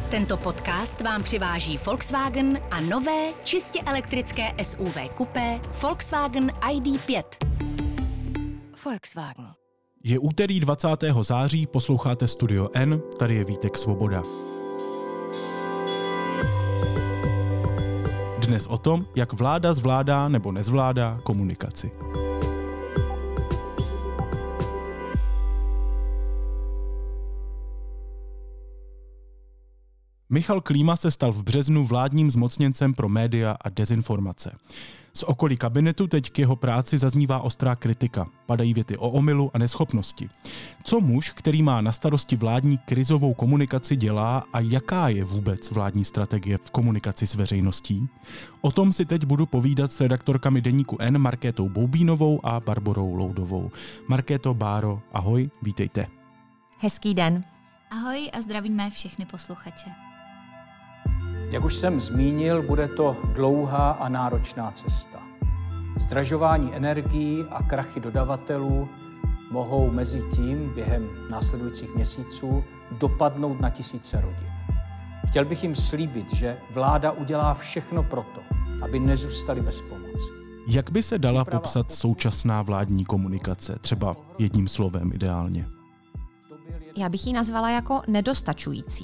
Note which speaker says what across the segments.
Speaker 1: Tento podcast vám přiváží Volkswagen a nové, čistě elektrické SUV kupé Volkswagen ID.5. Volkswagen.
Speaker 2: Je úterý 20. září, posloucháte Studio N, tady je Vítek Svoboda. Dnes o tom, jak vláda zvládá nebo nezvládá komunikaci. Michal Klíma se stal v březnu vládním zmocněncem pro média a dezinformace. Z okolí kabinetu teď k jeho práci zaznívá ostrá kritika. Padají věty o omylu a neschopnosti. Co muž, který má na starosti vládní krizovou komunikaci, dělá a jaká je vůbec vládní strategie v komunikaci s veřejností? O tom si teď budu povídat s redaktorkami deníku N Markétou Boubínovou a Barborou Loudovou. Markéto, Báro, ahoj, vítejte.
Speaker 3: Hezký den.
Speaker 4: Ahoj a zdravíme všechny posluchače.
Speaker 5: Jak už jsem zmínil, bude to dlouhá a náročná cesta. Zdražování energií a krachy dodavatelů mohou mezi tím během následujících měsíců dopadnout na tisíce rodin. Chtěl bych jim slíbit, že vláda udělá všechno proto, aby nezůstali bez pomoci.
Speaker 2: Jak by se dala popsat současná vládní komunikace, třeba jedním slovem ideálně?
Speaker 3: Já bych ji nazvala jako nedostačující.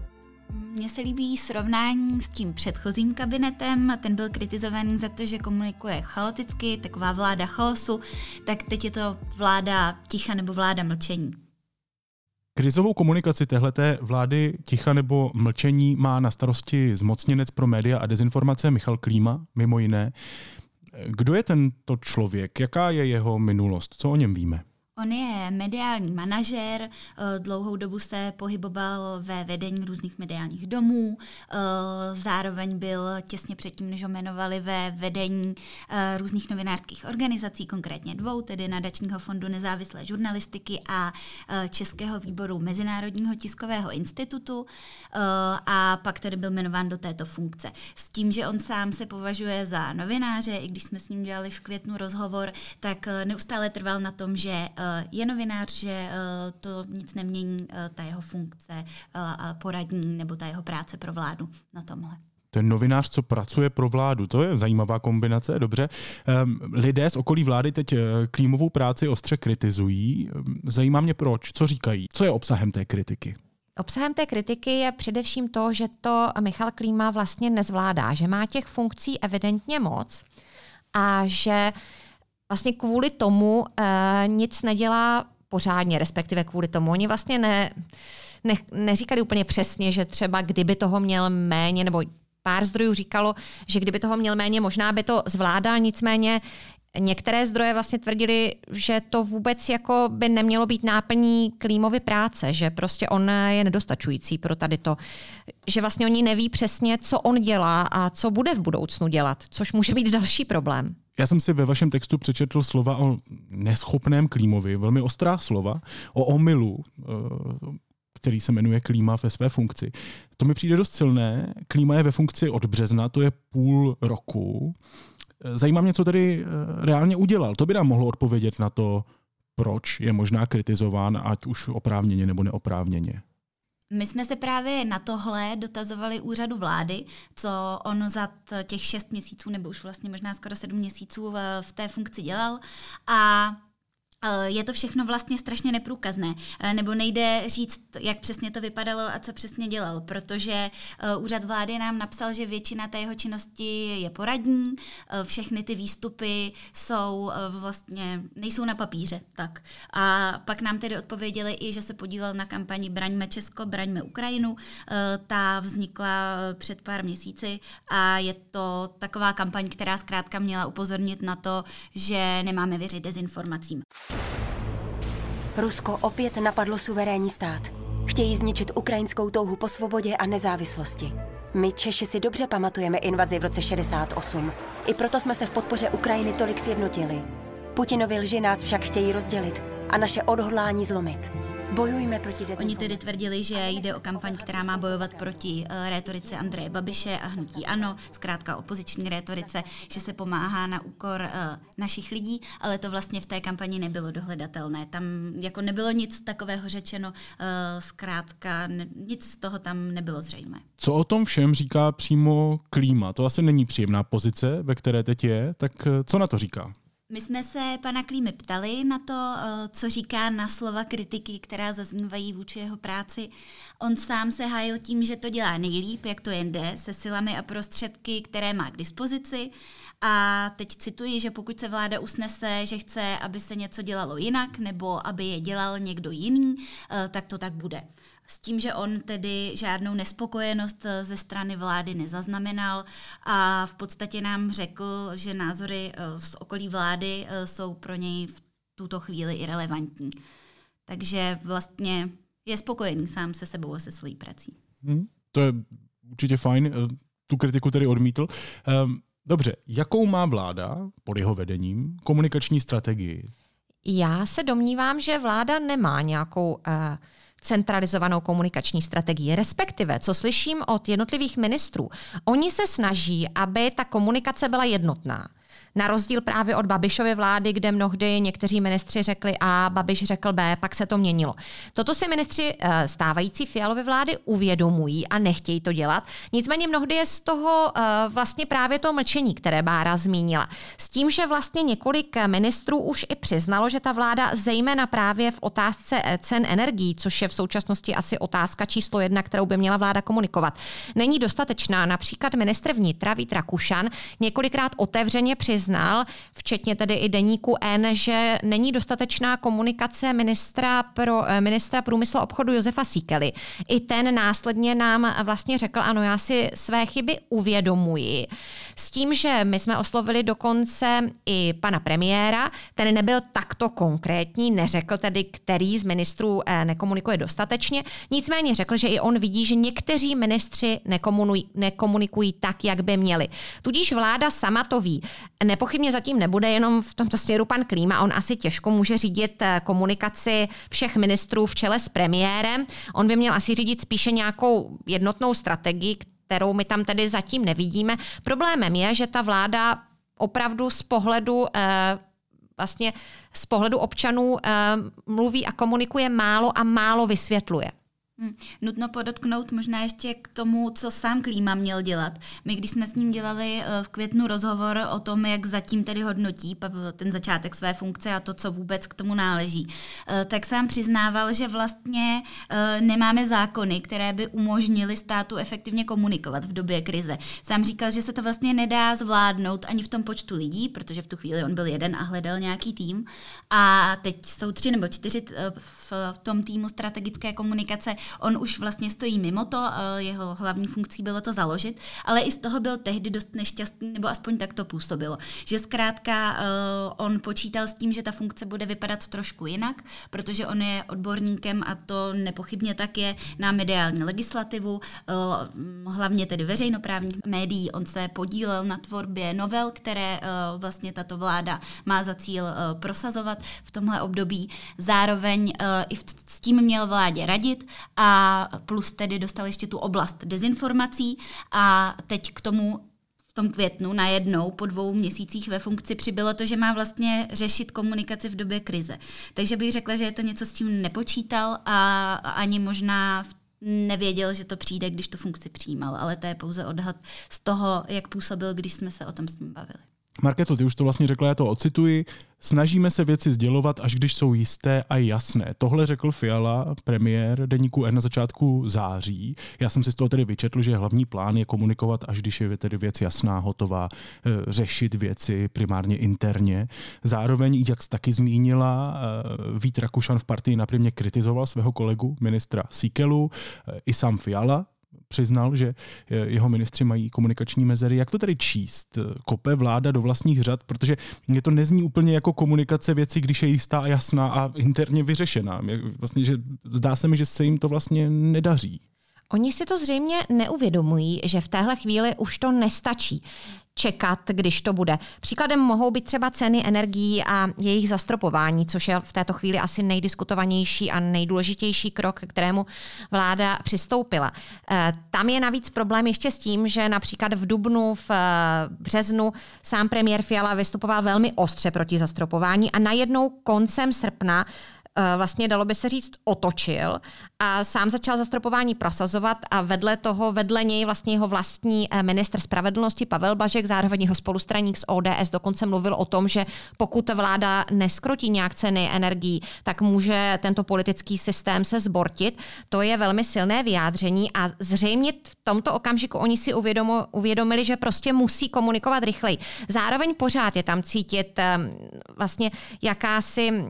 Speaker 4: Mně se líbí srovnání s tím předchozím kabinetem, ten byl kritizovaný za to, že komunikuje chaoticky, taková vláda chaosu, tak teď je to vláda ticha nebo vláda mlčení.
Speaker 2: Krizovou komunikaci téhleté vlády ticha nebo mlčení má na starosti zmocněnec pro média a dezinformace Michal Klíma, mimo jiné. Kdo je tento člověk? Jaká je jeho minulost? Co o něm víme?
Speaker 4: On je mediální manažer, dlouhou dobu se pohyboval ve vedení různých mediálních domů, zároveň byl těsně předtím, než ho jmenovali, ve vedení různých novinářských organizací, konkrétně dvou, tedy Nadačního fondu nezávislé žurnalistiky a Českého výboru Mezinárodního tiskového institutu, a pak tedy byl jmenován do této funkce. S tím, že on sám se považuje za novináře, i když jsme s ním dělali v květnu rozhovor, tak neustále trval na tom, že je novinář, že to nic nemění, ta jeho funkce poradní nebo ta jeho práce pro vládu na tomhle.
Speaker 2: Ten novinář, co pracuje pro vládu, to je zajímavá kombinace, dobře. Lidé z okolí vlády teď Klímovou práci ostře kritizují. Zajímá mě proč, co říkají, co je obsahem té kritiky?
Speaker 3: Obsahem té kritiky je především to, že to Michal Klíma vlastně nezvládá, že má těch funkcí evidentně moc a že vlastně kvůli tomu nic nedělá pořádně, respektive kvůli tomu. Oni vlastně neříkali úplně přesně, že třeba kdyby toho měl méně, nebo pár zdrojů říkalo, že kdyby toho měl méně, možná by to zvládal, nicméně některé zdroje vlastně tvrdili, že to vůbec jako by nemělo být náplní Klímovy práce, že prostě on je nedostačující pro tady to. Že vlastně oni neví přesně, co on dělá a co bude v budoucnu dělat, což může být další problém.
Speaker 2: Já jsem si ve vašem textu přečetl slova o neschopném Klímovi, velmi ostrá slova, o omylu, který se jmenuje Klíma ve své funkci. To mi přijde dost silné. Klíma je ve funkci od března, to je půl roku. Zajímá mě, co tedy reálně udělal. To by nám mohlo odpovědět na to, proč je možná kritizován, ať už oprávněně nebo neoprávněně.
Speaker 4: My jsme se právě na tohle dotazovali úřadu vlády, co on za těch 6 měsíců, nebo už vlastně možná skoro 7 měsíců v té funkci dělal, a je to všechno vlastně strašně neprůkazné, nebo nejde říct, jak přesně to vypadalo a co přesně dělal, protože úřad vlády nám napsal, že většina té jeho činnosti je poradní, všechny ty výstupy nejsou na papíře. Tak. A pak nám tedy odpověděli i, že se podílel na kampani Braňme Česko, braňme Ukrajinu. Ta vznikla před pár měsíci a je to taková kampaň, která zkrátka měla upozornit na to, že nemáme věřit dezinformacím.
Speaker 6: Rusko opět napadlo suverénní stát. Chtějí zničit ukrajinskou touhu po svobodě a nezávislosti. My Češi si dobře pamatujeme invazi v roce 68. I proto jsme se v podpoře Ukrajiny tolik sjednotili. Putinovi lži nás však chtějí rozdělit a naše odhodlání zlomit. Bojujme proti dezinformacím.
Speaker 4: Oni tedy tvrdili, že jde o kampaň, která má bojovat proti rétorice Andreje Babiše a hnutí ANO, zkrátka opoziční rétorice, že se pomáhá na úkor našich lidí, ale to vlastně v té kampani nebylo dohledatelné. Tam jako nebylo nic takového řečeno, zkrátka nic z toho tam nebylo zřejmé.
Speaker 2: Co o tom všem říká přímo Klíma? To asi není příjemná pozice, ve které teď je, tak co na to říká?
Speaker 4: My jsme se pana Klímy ptali na to, co říká na slova kritiky, která zaznívají vůči jeho práci. On sám se hájil tím, že to dělá nejlíp, jak to jen jde, se silami a prostředky, které má k dispozici. A teď cituji, že pokud se vláda usnese, že chce, aby se něco dělalo jinak, nebo aby je dělal někdo jiný, tak to tak bude. S tím, že on tedy žádnou nespokojenost ze strany vlády nezaznamenal a v podstatě nám řekl, že názory z okolí vlády jsou pro něj v tuto chvíli irelevantní. Takže vlastně je spokojený sám se sebou a se svojí prací.
Speaker 2: To je určitě fajn, tu kritiku tedy odmítl. Dobře, jakou má vláda pod jeho vedením komunikační strategii?
Speaker 3: Já se domnívám, že vláda nemá nějakou centralizovanou komunikační strategii, respektive, co slyším od jednotlivých ministrů, oni se snaží, aby ta komunikace byla jednotná. Na rozdíl právě od Babišovy vlády, kde mnohdy někteří ministři řekli A, Babiš řekl B, pak se to měnilo. Toto si ministři stávající Fialovy vlády uvědomují a nechtějí to dělat. Nicméně mnohdy je z toho vlastně právě to mlčení, které Bára zmínila. S tím, že vlastně několik ministrů už i přiznalo, že ta vláda zejména právě v otázce cen energií, což je v současnosti asi otázka číslo 1, kterou by měla vláda komunikovat, není dostatečná. Například ministr vnitra Vít Rakušan několikrát otevřeně přiznal, včetně tedy i deníku N, že není dostatečná komunikace ministra průmyslu a obchodu Josefa Síkely. I ten následně nám vlastně řekl, ano, já si své chyby uvědomuji. S tím, že my jsme oslovili dokonce i pana premiéra, ten nebyl takto konkrétní, neřekl tedy, který z ministrů nekomunikuje dostatečně, nicméně řekl, že i on vidí, že někteří ministři nekomunikují tak, jak by měli. Tudíž vláda sama to ví. Nepochybně zatím nebude jenom v tomto směru pan Klíma, on asi těžko může řídit komunikaci všech ministrů v čele s premiérem. On by měl asi řídit spíše nějakou jednotnou strategii, kterou my tam tedy zatím nevidíme. Problémem je, že ta vláda opravdu z pohledu občanů mluví a komunikuje málo a málo vysvětluje.
Speaker 4: Nutno podotknout možná ještě k tomu, co sám Klíma měl dělat. My, když jsme s ním dělali v květnu rozhovor o tom, jak zatím tedy hodnotí ten začátek své funkce a to, co vůbec k tomu náleží, tak sám přiznával, že vlastně nemáme zákony, které by umožnily státu efektivně komunikovat v době krize. Sám říkal, že se to vlastně nedá zvládnout ani v tom počtu lidí, protože v tu chvíli on byl jeden a hledal nějaký tým. A teď jsou 3 nebo 4 v tom týmu strategické komunikace. On už vlastně stojí mimo to, jeho hlavní funkcí bylo to založit, ale i z toho byl tehdy dost nešťastný, nebo aspoň tak to působilo. Že zkrátka on počítal s tím, že ta funkce bude vypadat trošku jinak, protože on je odborníkem a to nepochybně tak je na mediální legislativu, hlavně tedy veřejnoprávních médií. On se podílel na tvorbě novel, které vlastně tato vláda má za cíl prosazovat v tomhle období. Zároveň i s tím měl vládě radit a plus tedy dostal ještě tu oblast dezinformací a teď k tomu v tom květnu najednou po 2 měsících ve funkci přibylo to, že má vlastně řešit komunikaci v době krize. Takže bych řekla, že je to něco, s tím nepočítal a ani možná nevěděl, že to přijde, když tu funkci přijímal, ale to je pouze odhad z toho, jak působil, když jsme se o tom s ním bavili.
Speaker 2: Markéto, ty už to vlastně řekla, já to ocituji. Snažíme se věci sdělovat, až když jsou jisté a jasné. Tohle řekl Fiala, premiér deníku N na začátku září. Já jsem si z toho tedy vyčetl, že hlavní plán je komunikovat, až když je tedy věc jasná, hotová, řešit věci primárně interně. Zároveň, jak jsi taky zmínila, Vít Rakušan v Partii například kritizoval svého kolegu ministra Síkelu, i sám Fiala přiznal, že jeho ministři mají komunikační mezery. Jak to tedy číst? Kope vláda do vlastních řad? Protože mě to nezní úplně jako komunikace věci, když je jistá a jasná a interně vyřešená. Vlastně, že zdá se mi, že se jim to vlastně nedaří.
Speaker 3: Oni si to zřejmě neuvědomují, že v téhle chvíli už to nestačí čekat, když to bude. Příkladem mohou být třeba ceny energií a jejich zastropování, což je v této chvíli asi nejdiskutovanější a nejdůležitější krok, k kterému vláda přistoupila. Tam je navíc problém ještě s tím, že například v dubnu, v březnu sám premiér Fiala vystupoval velmi ostře proti zastropování a najednou koncem srpna vlastně dalo by se říct otočil a sám začal zastropování prosazovat a vedle něj vlastně jeho vlastní ministr spravedlnosti Pavel Blažek, zároveň jeho spolustraník z ODS dokonce mluvil o tom, že pokud vláda neskrotí nějak ceny energií, tak může tento politický systém se zbortit. To je velmi silné vyjádření a zřejmě v tomto okamžiku oni si uvědomili, že prostě musí komunikovat rychleji. Zároveň pořád je tam cítit vlastně jakási,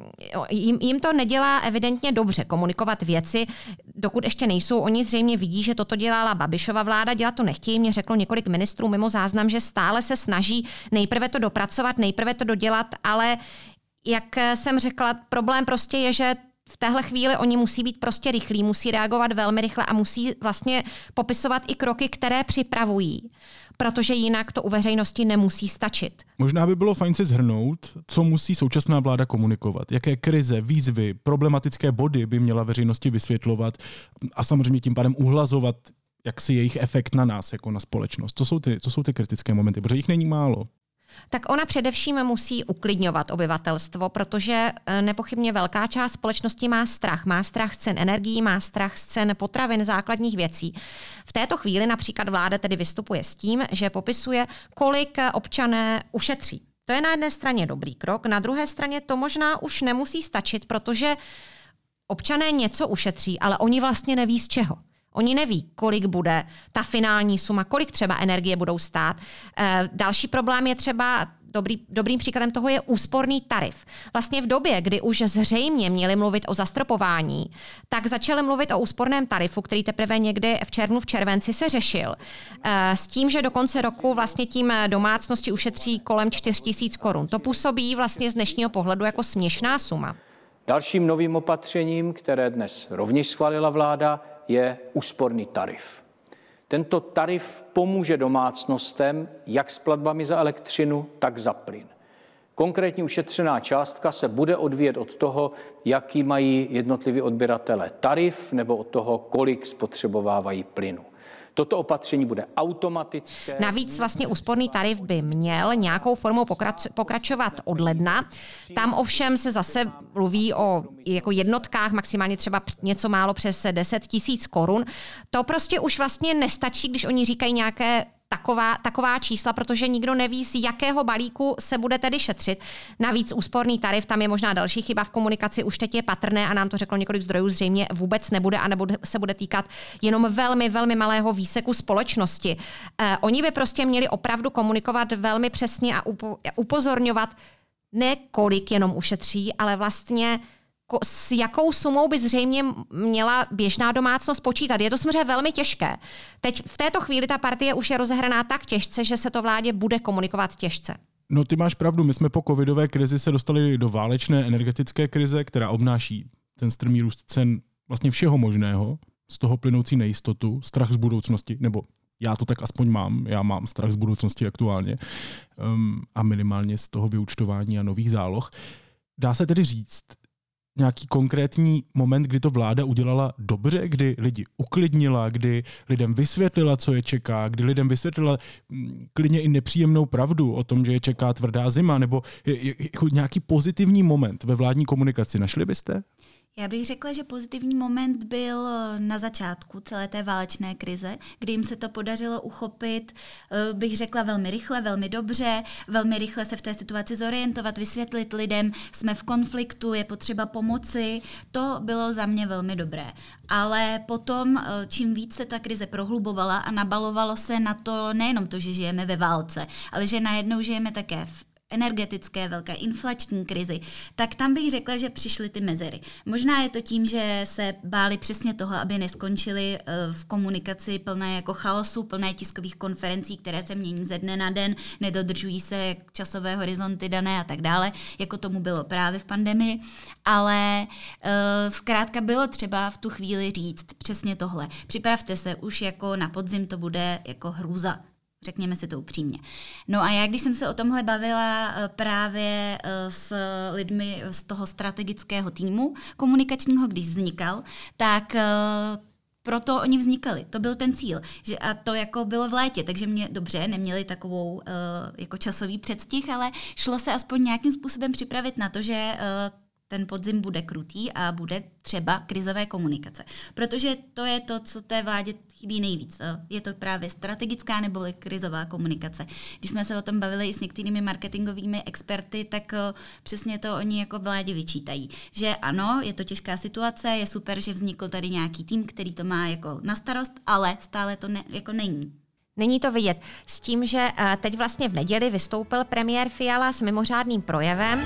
Speaker 3: jim to nedělá evidentně dobře komunikovat věci, dokud ještě nejsou. Oni zřejmě vidí, že toto dělala Babišova vláda, dělat to nechtějí. Mě řeklo několik ministrů mimo záznam, že stále se snaží nejprve to dopracovat, nejprve to dodělat, ale jak jsem řekla, problém prostě je, že v téhle chvíli oni musí být prostě rychlí, musí reagovat velmi rychle a musí vlastně popisovat i kroky, které připravují, protože jinak to u veřejnosti nemusí stačit.
Speaker 2: Možná by bylo fajn si shrnout, co musí současná vláda komunikovat, jaké krize, výzvy, problematické body by měla veřejnosti vysvětlovat a samozřejmě tím pádem uhlazovat jaksi jejich efekt na nás, jako na společnost. Co jsou ty kritické momenty, protože jich není málo.
Speaker 3: Tak ona především musí uklidňovat obyvatelstvo, protože nepochybně velká část společnosti má strach. Má strach z cen energií, má strach z cen potravin, základních věcí. V této chvíli například vláda tedy vystupuje s tím, že popisuje, kolik občané ušetří. To je na jedné straně dobrý krok, na druhé straně to možná už nemusí stačit, protože občané něco ušetří, ale oni vlastně neví z čeho. Oni neví, kolik bude ta finální suma, kolik třeba energie budou stát. Další problém je třeba, dobrým příkladem toho je úsporný tarif. Vlastně v době, kdy už zřejmě měli mluvit o zastropování, tak začali mluvit o úsporném tarifu, který teprve někdy v červnu, v červenci se řešil. S tím, že do konce roku vlastně tím domácnosti ušetří kolem 4 000 korun. To působí vlastně z dnešního pohledu jako směšná suma.
Speaker 5: Dalším novým opatřením, které dnes rovněž schválila vláda, je úsporný tarif. Tento tarif pomůže domácnostem jak s platbami za elektřinu, tak za plyn. Konkrétní ušetřená částka se bude odvíjet od toho, jaký mají jednotliví odběratelé tarif nebo od toho, kolik spotřebovávají plynu. Toto opatření bude automatické.
Speaker 3: Navíc vlastně úsporný tarif by měl nějakou formou pokračovat od ledna. Tam ovšem se zase mluví o jako jednotkách, maximálně třeba něco málo přes 10 000 korun. To prostě už vlastně nestačí, když oni říkají nějaké taková čísla, protože nikdo neví, z jakého balíku se bude tedy šetřit. Navíc úsporný tarif, tam je možná další chyba v komunikaci, už teď je patrné a nám to řeklo několik zdrojů, zřejmě vůbec nebude a nebo se bude týkat jenom velmi, velmi malého výseku společnosti. Oni by prostě měli opravdu komunikovat velmi přesně a upozorňovat ne kolik jenom ušetří, ale vlastně s jakou sumou by zřejmě měla běžná domácnost počítat. Je to samozřejmě velmi těžké. Teď v této chvíli ta partie už je rozehraná tak těžce, že se to vládě bude komunikovat těžce.
Speaker 2: No ty máš pravdu, my jsme po covidové krizi se dostali do válečné energetické krize, která obnáší ten strmý růst cen vlastně všeho možného, z toho plynoucí nejistotu, strach z budoucnosti, nebo já to tak aspoň mám, já mám strach z budoucnosti aktuálně a minimálně z toho vyúčtování a nových záloh. Dá se tedy říct, nějaký konkrétní moment, kdy to vláda udělala dobře, kdy lidi uklidnila, kdy lidem vysvětlila, co je čeká, kdy lidem vysvětlila klidně i nepříjemnou pravdu o tom, že je čeká tvrdá zima, nebo jako nějaký pozitivní moment ve vládní komunikaci. Našli byste?
Speaker 4: Já bych řekla, že pozitivní moment byl na začátku celé té válečné krize, kdy jim se to podařilo uchopit, bych řekla velmi rychle, velmi dobře, velmi rychle se v té situaci zorientovat, vysvětlit lidem, jsme v konfliktu, je potřeba pomoci. To bylo za mě velmi dobré. Ale potom, čím víc se ta krize prohlubovala a nabalovalo se na to nejenom to, že žijeme ve válce, ale že najednou žijeme také v energetické, velké inflační krizi, tak tam bych řekla, že přišly ty mezery. Možná je to tím, že se báli přesně toho, aby neskončili v komunikaci plné jako chaosu, plné tiskových konferencí, které se mění ze dne na den, nedodržují se časové horizonty dané a tak dále, jako tomu bylo právě v pandemii, ale zkrátka bylo třeba v tu chvíli říct přesně tohle. Připravte se, už jako na podzim to bude jako hrůza. Řekněme si to upřímně. No a já, když jsem se o tomhle bavila právě s lidmi z toho strategického týmu komunikačního, když vznikal, tak proto oni vznikali. To byl ten cíl. A to jako bylo v létě, takže mě dobře, neměli takovou jako časový předstih, ale šlo se aspoň nějakým způsobem připravit na to, že ten podzim bude krutý a bude třeba krizové komunikace. Protože to je to, co té vládě chybí nejvíc. Je to právě strategická nebo krizová komunikace. Když jsme se o tom bavili i s některými marketingovými experty, tak přesně to oni jako vládě vyčítají. Že ano, je to těžká situace, je super, že vznikl tady nějaký tým, který to má jako na starost, ale stále to jako není.
Speaker 3: Není to vidět. S tím, že teď vlastně v neděli vystoupil premiér Fiala s mimořádným projevem.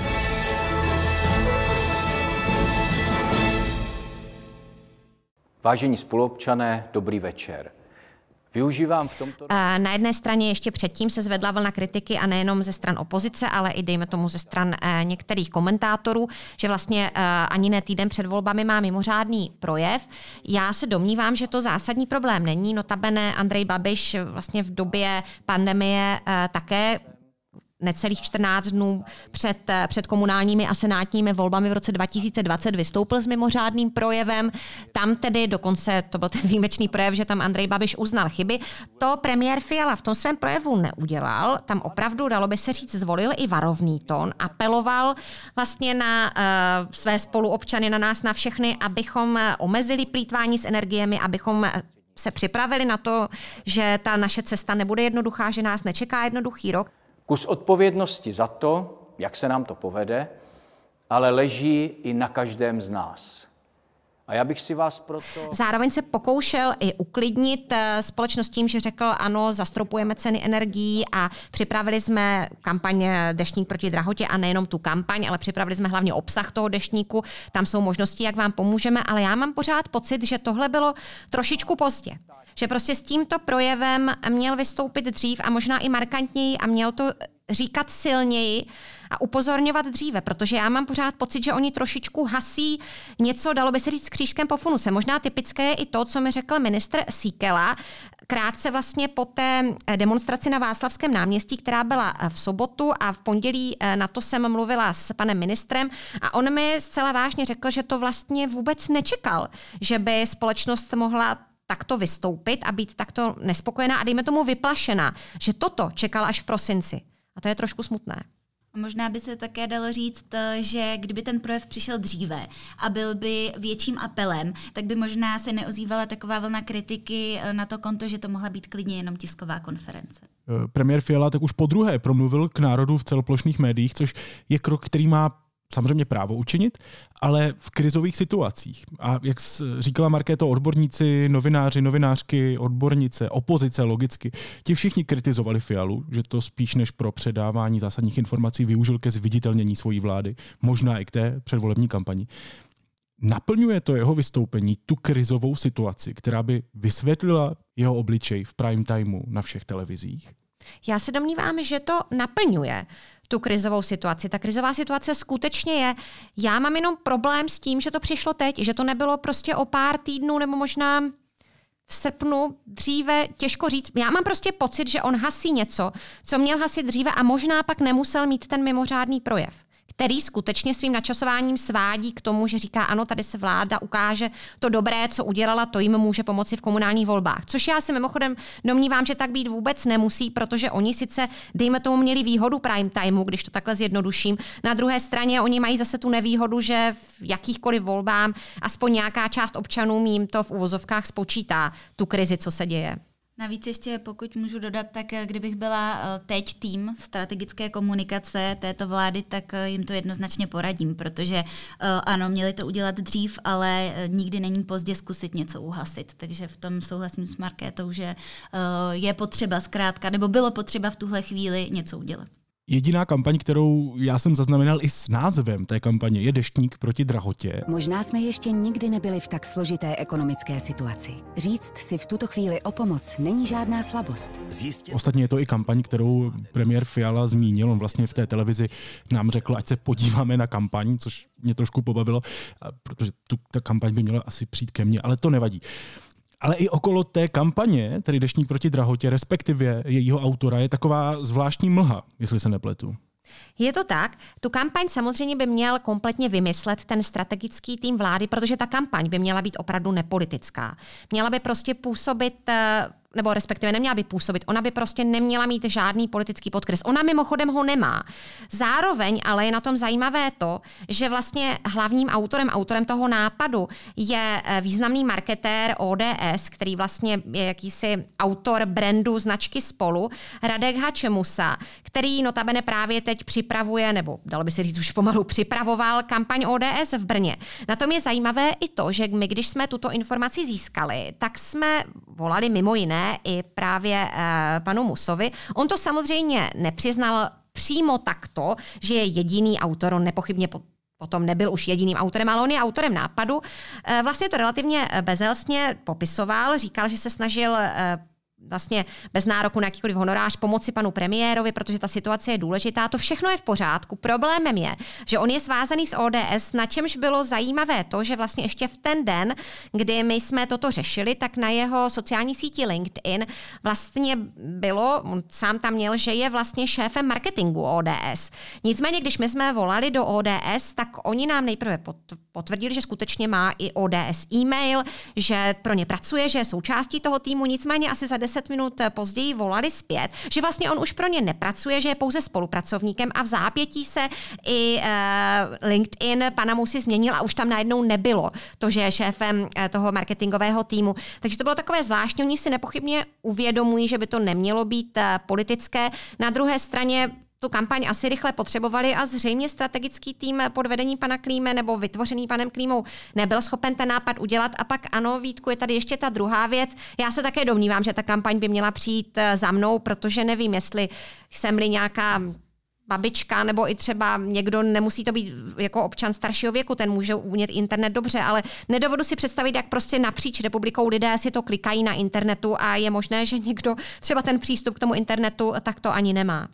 Speaker 5: Vážení spoluobčané, dobrý večer. Využívám v tomto...
Speaker 3: Na jedné straně ještě předtím se zvedla vlna kritiky a nejenom ze stran opozice, ale i dejme tomu ze stran některých komentátorů, že vlastně ani ne týden před volbami má mimořádný projev. Já se domnívám, že to zásadní problém není. Notabene Andrej Babiš vlastně v době pandemie také necelých 14 dnů před komunálními a senátními volbami v roce 2020 vystoupil s mimořádným projevem. Tam tedy dokonce, to byl ten výjimečný projev, že tam Andrej Babiš uznal chyby. To premiér Fiala v tom svém projevu neudělal. Tam opravdu, dalo by se říct, zvolil i varovný tón. Apeloval vlastně na své spoluobčany, na nás, na všechny, abychom omezili plýtvání s energiemi, abychom se připravili na to, že ta naše cesta nebude jednoduchá, že nás nečeká jednoduchý rok.
Speaker 5: Kus odpovědnosti za to, jak se nám to povede, ale leží i na každém z nás. A já bych si vás proto...
Speaker 3: Zároveň se pokoušel i uklidnit společnost tím, že řekl, ano, zastropujeme ceny energií a připravili jsme kampaň Deštník proti drahotě a nejenom tu kampaň, ale připravili jsme hlavně obsah toho deštníku. Tam jsou možnosti, jak vám pomůžeme, ale já mám pořád pocit, že tohle bylo trošičku pozdě. Že prostě s tímto projevem měl vystoupit dřív a možná i markantněji a měl to říkat silněji a upozorňovat dříve, protože já mám pořád pocit, že oni trošičku hasí něco, dalo by se říct, s křížkem po funuse. Možná typické je i to, co mi řekl ministr Síkela, krátce vlastně po té demonstraci na Václavském náměstí, která byla v sobotu a v pondělí na to jsem mluvila s panem ministrem a on mi zcela vážně řekl, že to vlastně vůbec nečekal, že by společnost mohla takto vystoupit a být takto nespokojená a dejme tomu vyplašená, že toto čekal až v prosinci. A to je trošku smutné.
Speaker 4: Možná by se také dalo říct, že kdyby ten projev přišel dříve a byl by větším apelem, tak by možná se neozývala taková vlna kritiky na to konto, že to mohla být klidně jenom tisková konference.
Speaker 2: Premiér Fiala tak už podruhé promluvil k národu v celoplošných médiích, což je krok, který má samozřejmě právo učinit, ale v krizových situacích. A jak říkala Markéto, odborníci, novináři, novinářky, odbornice, opozice logicky, ti všichni kritizovali Fialu, že to spíš než pro předávání zásadních informací využil ke zviditelnění svojí vlády, možná i k té předvolební kampani. Naplňuje to jeho vystoupení tu krizovou situaci, která by vysvětlila jeho obličej v prime timeu na všech televizích?
Speaker 3: Já se domnívám, že to naplňuje tu krizovou situaci. Ta krizová situace skutečně je. Já mám jenom problém s tím, že to přišlo teď, že to nebylo prostě o pár týdnů nebo možná v srpnu dříve, těžko říct. Já mám prostě pocit, že on hasí něco, co měl hasit dříve a možná pak nemusel mít ten mimořádný projev, který skutečně svým načasováním svádí k tomu, že říká, ano, tady se vláda ukáže to dobré, co udělala, to jim může pomoci v komunálních volbách. Což já si mimochodem domnívám, že tak být vůbec nemusí, protože oni sice, dejme tomu, měli výhodu prime timeu, když to takhle zjednoduším. Na druhé straně oni mají zase tu nevýhodu, že v jakýchkoliv volbám aspoň nějaká část občanů jim to v uvozovkách spočítá, tu krizi, co se děje.
Speaker 4: Navíc ještě, pokud můžu dodat, tak kdybych byla teď tým strategické komunikace této vlády, tak jim to jednoznačně poradím, protože ano, měli to udělat dřív, ale nikdy není pozdě zkusit něco uhasit. Takže v tom souhlasím s Markétou, že je potřeba zkrátka, nebo bylo potřeba v tuhle chvíli něco udělat.
Speaker 2: Jediná kampaň, kterou já jsem zaznamenal i s názvem té kampaně, je Deštník proti drahotě.
Speaker 7: Možná jsme ještě nikdy nebyli v tak složité ekonomické situaci. Říct si v tuto chvíli o pomoc není žádná slabost.
Speaker 2: Ostatně je to i kampaň, kterou premiér Fiala zmínil. On vlastně v té televizi nám řekl, ať se podíváme na kampaň, což mě trošku pobavilo, protože ta kampaň by měla asi přijít ke mně, ale to nevadí. Ale i okolo té kampaně, tedy Deštník proti drahotě, respektive jejího autora, je taková zvláštní mlha, jestli se nepletu.
Speaker 3: Je to tak. Tu kampaň samozřejmě by měl kompletně vymyslet ten strategický tým vlády, protože ta kampaň by měla být opravdu nepolitická. Měla by prostě působit, nebo respektive neměla by působit, ona by prostě neměla mít žádný politický podkres. Ona mimochodem ho nemá. Zároveň ale je na tom zajímavé to, že vlastně hlavním autorem toho nápadu je významný marketér ODS, který vlastně je jakýsi autor brandu značky Spolu, Radek Hačemusa, který notabene právě teď připravuje, nebo dalo by se říct už pomalu připravoval kampaň ODS v Brně. Na tom je zajímavé i to, že my, když jsme tuto informaci získali, tak jsme volali mimo jiné i právě panu Musovi. On to samozřejmě nepřiznal přímo takto, že je jediný autor, on nepochybně potom nebyl už jediným autorem, ale on je autorem nápadu. Vlastně to relativně bezelstně popisoval, říkal, že se snažil vlastně bez nároku na jakýkoliv honorář pomoci panu premiérovi, protože ta situace je důležitá. To všechno je v pořádku. Problémem je, že on je svázaný s ODS, na čemž bylo zajímavé to, že vlastně ještě v ten den, kdy my jsme toto řešili, tak na jeho sociální síti LinkedIn vlastně bylo, on sám tam měl, že je vlastně šéfem marketingu ODS. Nicméně, když my jsme volali do ODS, tak oni nám nejprve potvrdili, že skutečně má i ODS e-mail, že pro ně pracuje, že je součástí toho týmu, nicméně asi za 10 minut později volali zpět, že vlastně on už pro ně nepracuje, že je pouze spolupracovníkem a v zápětí se i LinkedIn pana Musy změnil a už tam najednou nebylo to, že je šéfem toho marketingového týmu. Takže to bylo takové zvláštní, oni si nepochybně uvědomují, že by to nemělo být politické. Na druhé straně tu kampaň asi rychle potřebovali a zřejmě strategický tým pod vedením pana Klíme nebo vytvořený panem Klímou nebyl schopen ten nápad udělat. A pak ano, Vítku, je tady ještě ta druhá věc. Já se také domnívám, že ta kampaň by měla přijít za mnou, protože nevím, jestli jsem-li nějaká babička nebo i třeba někdo, nemusí to být jako občan staršího věku, ten může umět internet dobře, ale nedovedu si představit, jak prostě napříč republikou lidé si to klikají na internetu a je možné, že někdo třeba ten přístup k tomu internetu takto ani nemá.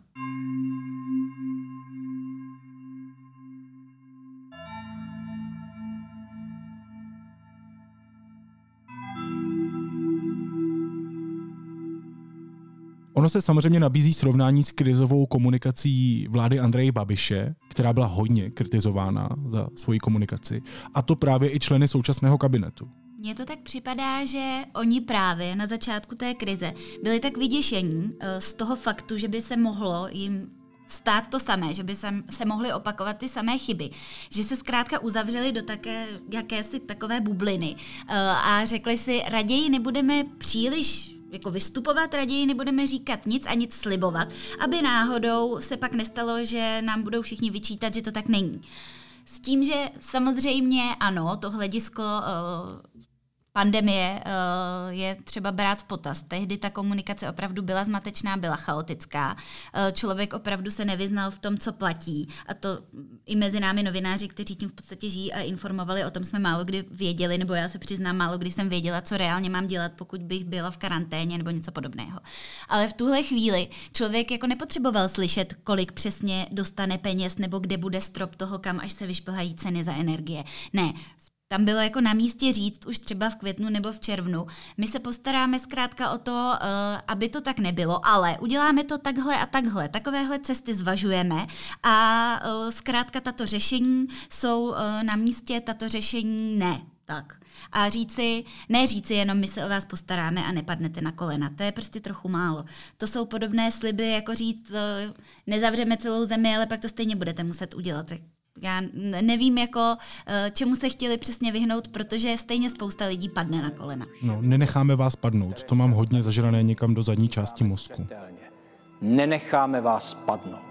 Speaker 2: Ono se samozřejmě nabízí srovnání s krizovou komunikací vlády Andreje Babiše, která byla hodně kritizována za svoji komunikaci, a to právě i členy současného kabinetu.
Speaker 4: Mně to tak připadá, že oni právě na začátku té krize byli tak vyděšení z toho faktu, že by se mohlo jim stát to samé, že by se mohly opakovat ty samé chyby, že se zkrátka uzavřeli do jakési takové bubliny a řekli si, raději nebudeme příliš jako vystupovat, raději nebudeme říkat nic a nic slibovat, aby náhodou se pak nestalo, že nám budou všichni vyčítat, že to tak není. S tím, že samozřejmě ano, to hledisko pandemie je třeba brát v potaz. Tehdy ta komunikace opravdu byla zmatečná, byla chaotická. Člověk opravdu se nevyznal v tom, co platí. A to i mezi námi novináři, kteří tím v podstatě žijí a informovali o tom, jsme málo kdy věděli, nebo já se přiznám, málo kdy jsem věděla, co reálně mám dělat, pokud bych byla v karanténě nebo něco podobného. Ale v tuhle chvíli člověk jako nepotřeboval slyšet, kolik přesně dostane peněz nebo kde bude strop toho, kam až se vyšplhají ceny za energie. Ne. Tam bylo jako na místě říct už třeba v květnu nebo v červnu. My se postaráme zkrátka o to, aby to tak nebylo, ale uděláme to takhle a takhle. Takovéhle cesty zvažujeme a zkrátka tato řešení jsou na místě, tato řešení ne. Tak. A říci jenom my se o vás postaráme a nepadnete na kolena. To je prostě trochu málo. To jsou podobné sliby, jako říct, nezavřeme celou zemi, ale pak to stejně budete muset udělat. Já nevím, čemu se chtěli přesně vyhnout, protože stejně spousta lidí padne na kolena.
Speaker 2: No, nenecháme vás padnout. To mám hodně zažrané někam do zadní části mozku.
Speaker 5: Nenecháme vás padnout.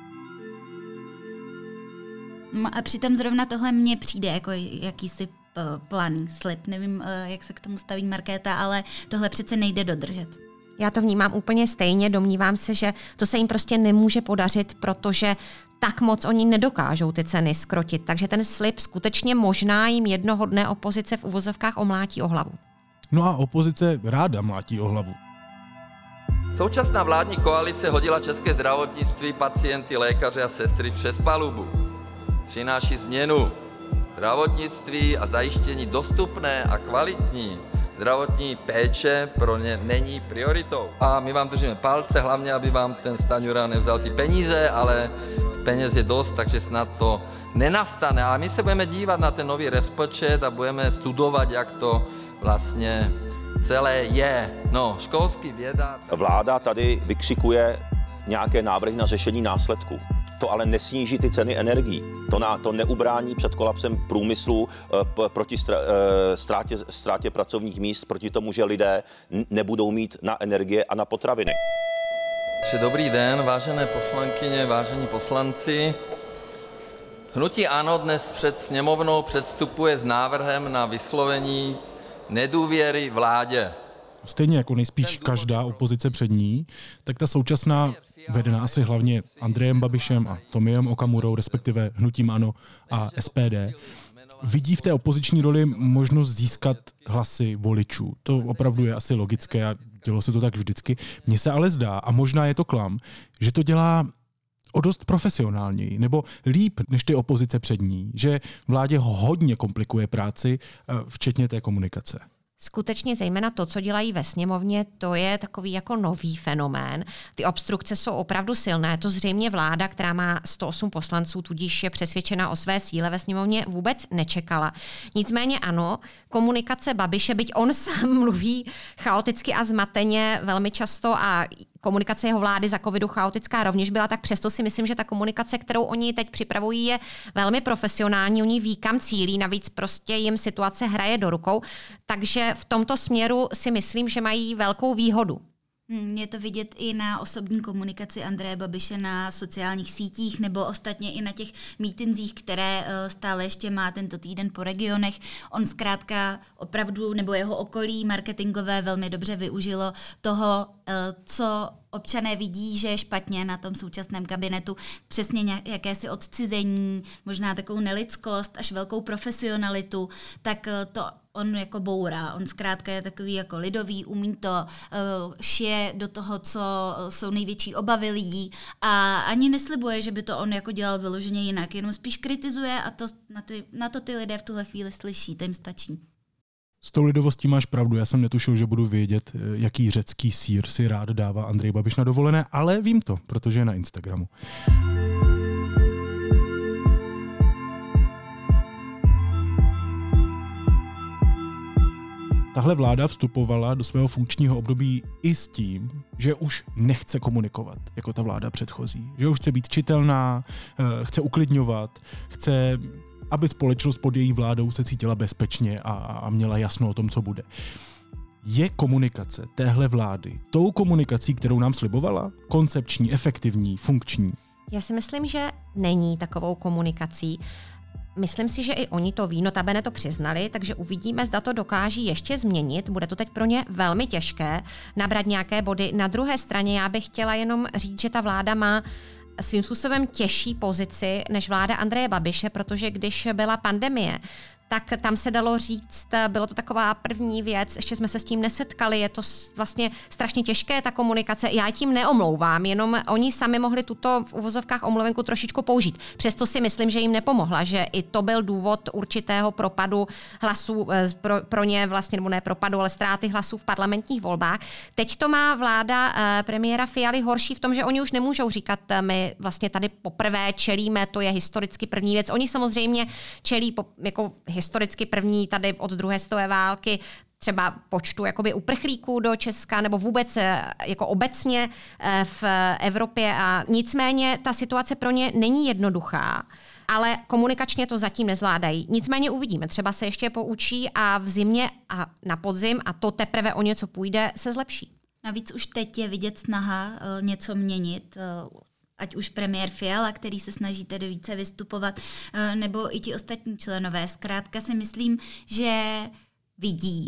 Speaker 4: A přitom zrovna tohle mně přijde jako jakýsi planý slib. Nevím, jak se k tomu staví Markéta, ale tohle přece nejde dodržet.
Speaker 3: Já to vnímám úplně stejně, domnívám se, že to se jim prostě nemůže podařit, protože tak moc oni nedokážou ty ceny zkrotit. Takže ten slib skutečně možná jim jednoho dne opozice v uvozovkách omlátí o hlavu.
Speaker 2: No a opozice ráda mlátí o hlavu.
Speaker 8: Současná vládní koalice hodila české zdravotnictví, pacienty, lékaře a sestry přes palubu. Přináší změnu. Zdravotnictví a zajištění dostupné a kvalitní zdravotní péče pro ně není prioritou. A my vám držíme palce, hlavně, aby vám ten Stanjura nevzal ty peníze, ale peněz je dost, takže snad to nenastane. A my se budeme dívat na ten nový rozpočet a budeme studovat, jak to vlastně celé je. No, školský, věda.
Speaker 9: Vláda tady vykřikuje nějaké návrhy na řešení následků. To ale nesníží ty ceny energií. To neubrání před kolapsem průmyslu, proti ztrátě pracovních míst, proti tomu, že lidé nebudou mít na energie a na potraviny.
Speaker 8: Dobrý den, vážené poslankyně, vážení poslanci. Hnutí ANO dnes před sněmovnou předstupuje s návrhem na vyslovení nedůvěry vládě.
Speaker 2: Stejně jako nejspíš každá opozice před ní, tak ta současná, vedená asi hlavně Andrejem Babišem a Tomiem Okamurou, respektive hnutím ANO a SPD, vidí v té opoziční roli možnost získat hlasy voličů. To opravdu je asi logické a dělo se to tak vždycky. Mně se ale zdá, a možná je to klam, že to dělá o dost profesionálněji, nebo líp než ty opozice před ní, že vládě hodně komplikuje práci, včetně té komunikace.
Speaker 3: Skutečně zejména to, co dělají ve sněmovně, to je takový jako nový fenomén. Ty obstrukce jsou opravdu silné. To zřejmě vláda, která má 108 poslanců, tudíž je přesvědčena o své síle ve sněmovně, vůbec nečekala. Nicméně ano, komunikace Babiše, byť on sám mluví chaoticky a zmateně velmi často a komunikace jeho vlády za covidu chaotická rovněž byla, tak přesto si myslím, že ta komunikace, kterou oni teď připravují, je velmi profesionální. Oni ví, kam cílí, navíc prostě jim situace hraje do rukou. Takže v tomto směru si myslím, že mají velkou výhodu.
Speaker 4: Je to vidět i na osobní komunikaci Andreje Babiše na sociálních sítích nebo ostatně i na těch mítinzích, které stále ještě má tento týden po regionech. On zkrátka opravdu, nebo jeho okolí marketingové velmi dobře využilo toho, co občané vidí, že je špatně na tom současném kabinetu, přesně jakési odcizení, možná takovou nelidskost, až velkou profesionalitu, tak to on jako bourá. On zkrátka je takový jako lidový, umí to, šije do toho, co jsou největší obavy lidí a ani neslibuje, že by to on jako dělal vyloženě jinak, jenom spíš kritizuje a to na to ty lidé v tuhle chvíli slyší, to jim stačí.
Speaker 2: S tou lidovostí máš pravdu, já jsem netušil, že budu vědět, jaký řecký sýr si rád dává Andrej Babiš na dovolené, ale vím to, protože je na Instagramu. Tahle vláda vstupovala do svého funkčního období i s tím, že už nechce komunikovat jako ta vláda předchozí. Že už chce být čitelná, chce uklidňovat, chce, aby společnost pod její vládou se cítila bezpečně a měla jasno o tom, co bude. Je komunikace téhle vlády tou komunikací, kterou nám slibovala? Koncepční, efektivní, funkční?
Speaker 3: Já si myslím, že není takovou komunikací. Myslím si, že i oni to ví, notabene to přiznali, takže uvidíme, zda to dokáží ještě změnit. Bude to teď pro ně velmi těžké nabrat nějaké body. Na druhé straně já bych chtěla jenom říct, že ta vláda má svým způsobem těžší pozici než vláda Andreje Babiše, protože když byla pandemie, tak tam se dalo říct, bylo to taková první věc, ještě jsme se s tím nesetkali, je to vlastně strašně těžké, ta komunikace, já tím neomlouvám, jenom oni sami mohli tuto v uvozovkách omluvenku trošičku použít. Přesto si myslím, že jim nepomohla, že i to byl důvod určitého propadu hlasů pro ně vlastně, nebo ne propadu, ale ztráty hlasů v parlamentních volbách. Teď to má vláda premiéra Fialy horší v tom, že oni už nemůžou říkat, my vlastně tady poprvé čelíme, to je historicky první věc. Oni samozřejmě čelí jako historicky první tady od druhé světové války třeba počtu jakoby uprchlíků do Česka nebo vůbec jako obecně v Evropě a nicméně ta situace pro ně není jednoduchá, ale komunikačně to zatím nezvládají. Nicméně uvidíme, třeba se ještě poučí a v zimě a na podzim a to teprve o něco půjde, se zlepší.
Speaker 4: Navíc už teď je vidět snaha něco měnit, ať už premiér Fiala, který se snaží tedy více vystupovat, nebo i ti ostatní členové. Zkrátka si myslím, že vidí,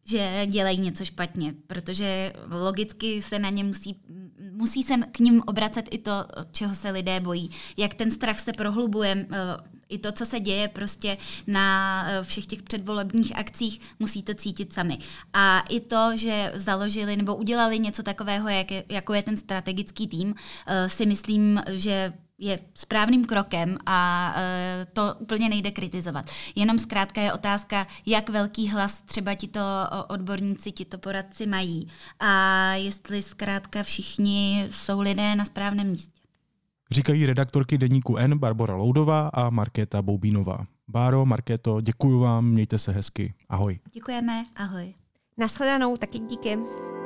Speaker 4: že dělají něco špatně, protože logicky se na ně musí se k nim obracet i to, čeho se lidé bojí. Jak ten strach se prohlubuje, i to, co se děje prostě na všech těch předvolebních akcích, musí to cítit sami. A i to, že založili nebo udělali něco takového, jako je ten strategický tým, si myslím, že je správným krokem a to úplně nejde kritizovat. Jenom zkrátka je otázka, jak velký hlas třeba tito odborníci, tito poradci mají a jestli zkrátka všichni jsou lidé na správném místě.
Speaker 2: Říkají redaktorky deníku N Barbora Loudová a Markéta Boubínová. Báro, Markéto, děkuju vám, mějte se hezky. Ahoj.
Speaker 4: Děkujeme, ahoj.
Speaker 3: Nashledanou, taky díky.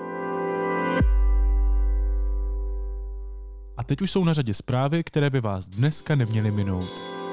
Speaker 2: A teď už jsou na řadě zprávy, které by vás dneska neměly minout.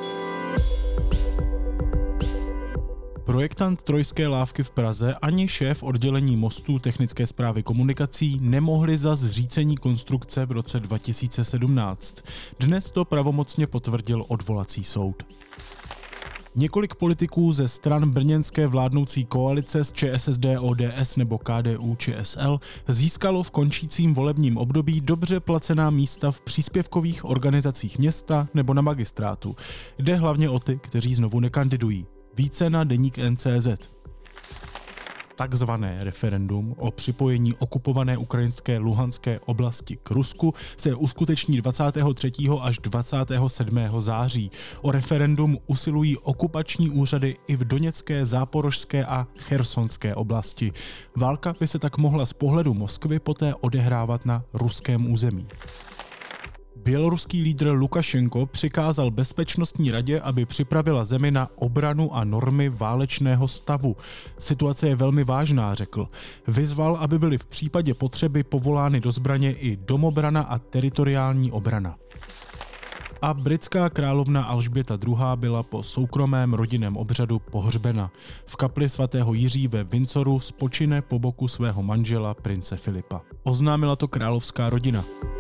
Speaker 2: Projektant Trojské lávky v Praze ani šéf oddělení mostů technické správy komunikací nemohli za zřícení konstrukce v roce 2017. Dnes to pravomocně potvrdil odvolací soud. Několik politiků ze stran brněnské vládnoucí koalice z ČSSD, ODS nebo KDU-ČSL získalo v končícím volebním období dobře placená místa v příspěvkových organizacích města nebo na magistrátu. Jde hlavně o ty, kteří znovu nekandidují. Více na deník N.cz. Takzvané referendum o připojení okupované ukrajinské Luhanské oblasti k Rusku se uskuteční 23. až 27. září. O referendum usilují okupační úřady i v Doněcké, Záporožské a Chersonské oblasti. Válka by se tak mohla z pohledu Moskvy poté odehrávat na ruském území. Běloruský lídr Lukašenko přikázal Bezpečnostní radě, aby připravila zemi na obranu a normy válečného stavu. Situace je velmi vážná, řekl. Vyzval, aby byly v případě potřeby povolány do zbraně i domobrana a teritoriální obrana. A britská královna Alžběta II. Byla po soukromém rodinném obřadu pohřbena. V kapli svatého Jiří ve Windsoru spočine po boku svého manžela prince Filipa. Oznámila to královská rodina.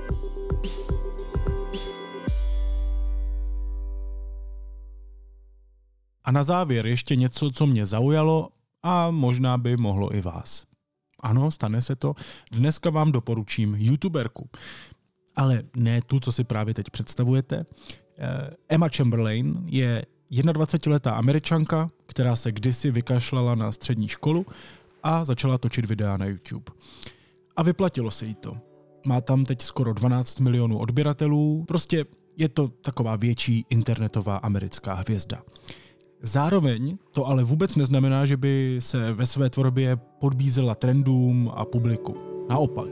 Speaker 2: A na závěr ještě něco, co mě zaujalo a možná by mohlo i vás. Ano, stane se to. Dneska vám doporučím youtuberku. Ale ne tu, co si právě teď představujete. Emma Chamberlain je 21letá Američanka, která se kdysi vykašlala na střední školu a začala točit videa na YouTube. A vyplatilo se jí to. Má tam teď skoro 12 milionů odběratelů. Prostě je to taková větší internetová americká hvězda. Zároveň to ale vůbec neznamená, že by se ve své tvorbě podbízela trendům a publiku. Naopak.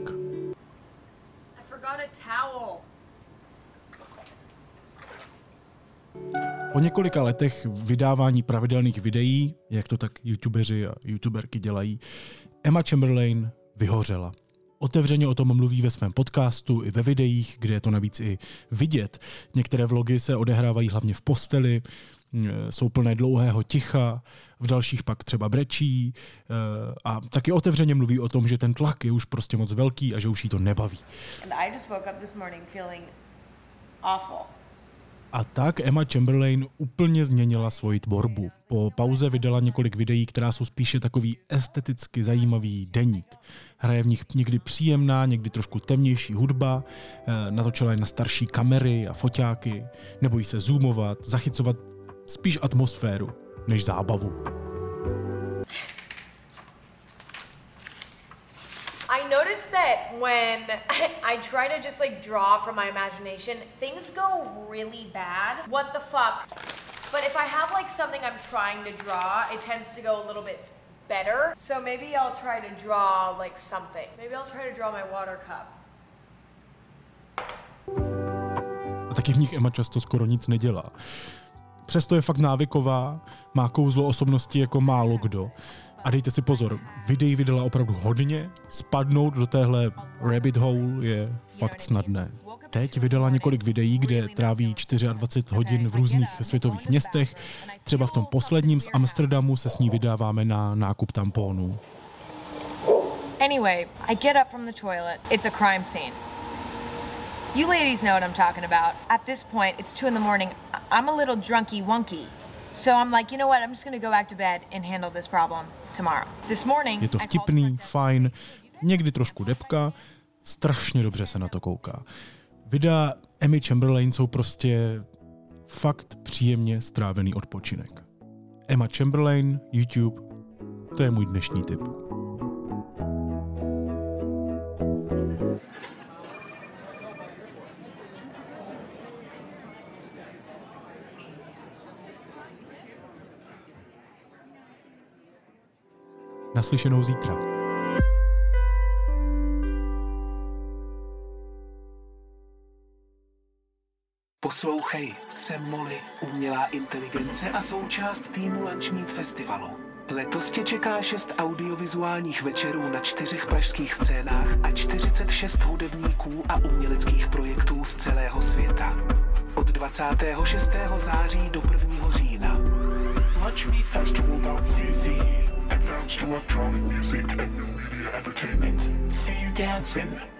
Speaker 2: Po několika letech vydávání pravidelných videí, jak to tak youtubeři a youtuberky dělají, Emma Chamberlain vyhořela. Otevřeně o tom mluví ve svém podcastu i ve videích, kde je to navíc i vidět. Některé vlogy se odehrávají hlavně v posteli, jsou plné dlouhého ticha, v dalších pak třeba brečí a taky otevřeně mluví o tom, že ten tlak je už prostě moc velký a že už jí to nebaví. A tak Emma Chamberlain úplně změnila svoji tvorbu. Po pauze vydala několik videí, která jsou spíše takový esteticky zajímavý deník. Hraje v nich někdy příjemná, někdy trošku temnější hudba, natočila je na starší kamery a foťáky, nebojí se zoomovat, zachycovat spíš atmosféru než zábavu.
Speaker 10: I noticed that when I try to just like draw from my imagination, things go really bad. What the fuck? But if I have like something I'm trying to draw, it tends to go a little bit better. So maybe I'll try to draw like something. Maybe I'll try to draw my water cup.
Speaker 2: A taky v nich Emma často skoro nic nedělá. Přesto je fakt návyková, má kouzlo osobnosti jako málo kdo. A dejte si pozor, videí vydala opravdu hodně, spadnout do téhle rabbit hole je fakt snadné. Teď vydala několik videí, kde tráví 24 hodin v různých světových městech. Třeba v tom posledním z Amsterdamu se s ní vydáváme na nákup tamponů.
Speaker 10: Anyway, I get up from the toilet. It's a crime scene. You ladies know what I'm talking about. At this point, it's 2 a.m. I'm a little drunky wonky. So I'm like, you know what, I'm just gonna go back to bed and handle this problem tomorrow. This morning,
Speaker 2: je to vtipný, fajn, někdy trošku depka, strašně dobře se na to kouká. Videa Emmy Chamberlain jsou prostě fakt příjemně strávený odpočinek. Emma Chamberlain, YouTube, to je můj dnešní tip. Naslyšenou zítra.
Speaker 11: Poslouchej, jsem Molly, umělá inteligence a součást týmu Lunch Meet Festivalu. Letos tě čeká 6 audiovizuálních večerů na 4 pražských scénách a 46 hudebníků a uměleckých projektů z celého světa. Od 26. září do 1. října.
Speaker 12: LunchMeetFestival.cz Advanced electronic music and new media entertainment. See you dancing.